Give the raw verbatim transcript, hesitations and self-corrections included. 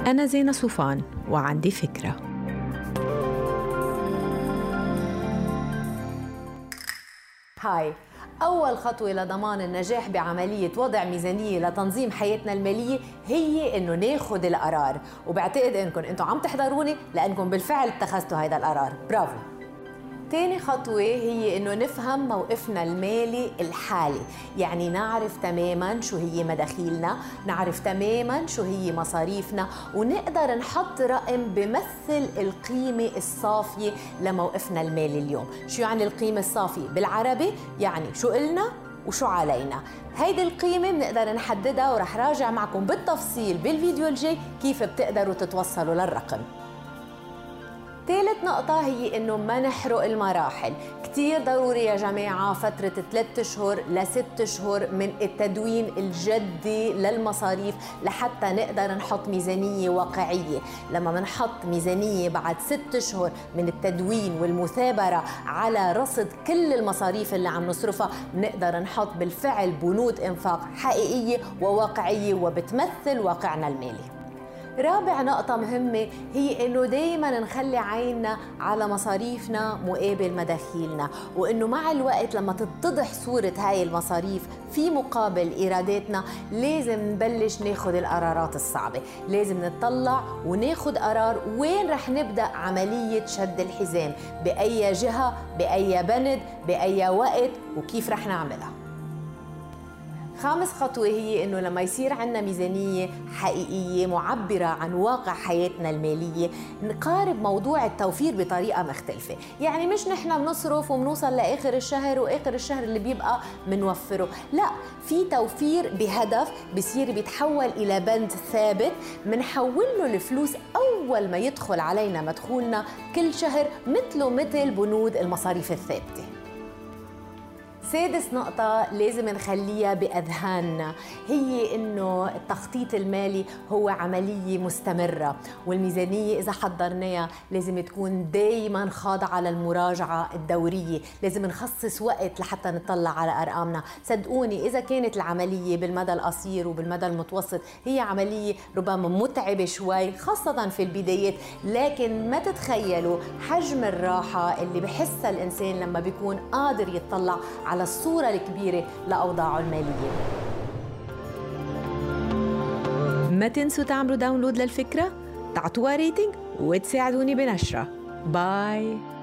أنا زينة صوفان وعندي فكرة. هاي أول خطوة لضمان النجاح بعملية وضع ميزانية لتنظيم حياتنا المالية هي إنه ناخد القرار، وبعتقد إنكم أنتم عم تحضروني لأنكم بالفعل اتخذتوا هيدا القرار، برافو. تاني خطوة هي إنه نفهم موقفنا المالي الحالي، يعني نعرف تماماً شو هي مداخيلنا، نعرف تماماً شو هي مصاريفنا، ونقدر نحط رقم بمثل القيمة الصافية لموقفنا المالي اليوم. شو يعني القيمة الصافية؟ بالعربي يعني شو إلنا وشو علينا. هيدي القيمة بنقدر نحددها، ورح راجع معكم بالتفصيل بالفيديو الجاي كيف بتقدروا تتوصلوا للرقم. ثالث نقطة هي إنه ما نحرق المراحل. كتير ضروري يا جماعة فترة ثلاثة أشهر لست أشهر من التدوين الجدي للمصاريف لحتى نقدر نحط ميزانية واقعية. لما منحط ميزانية بعد ست أشهر من التدوين والمثابرة على رصد كل المصاريف اللي عم نصرفها، نقدر نحط بالفعل بنود إنفاق حقيقية وواقعية وبتمثل واقعنا المالي. رابع نقطة مهمة هي إنه دايماً نخلي عيننا على مصاريفنا مقابل مداخيلنا، وإنه مع الوقت لما تتضح صورة هاي المصاريف في مقابل إيراداتنا لازم نبلش ناخد القرارات الصعبة. لازم نطلع وناخد قرار وين رح نبدأ عملية شد الحزام، بأي جهة، بأي بند، بأي وقت، وكيف رح نعملها. خامس خطوة هي إنه لما يصير عنا ميزانية حقيقية معبرة عن واقع حياتنا المالية، نقارب موضوع التوفير بطريقة مختلفة. يعني مش نحن بنصرف وبنوصل لآخر الشهر وآخر الشهر اللي بيبقى منوفره، لا، في توفير بهدف بصير بيتحول إلى بند ثابت منحول له الفلوس أول ما يدخل علينا مدخولنا كل شهر، مثله مثل بنود المصاريف الثابتة. سادس نقطة لازم نخليها بأذهاننا هي إنه التخطيط المالي هو عملية مستمرة، والميزانية إذا حضرناها لازم تكون دايماً خاضعة للمراجعة الدورية. لازم نخصص وقت لحتى نطلع على أرقامنا. صدقوني إذا كانت العملية بالمدى القصير وبالمدى المتوسط هي عملية ربما متعبة شوي خاصة في البدايات، لكن ما تتخيلوا حجم الراحة اللي بحسها الإنسان لما بيكون قادر يطلع على الصورة الكبيرة لأوضاعه المالية. ما تنسوا تعملوا داونلود للفكرة، تعطوها ريتنج وتساعدوني بنشرة. باي.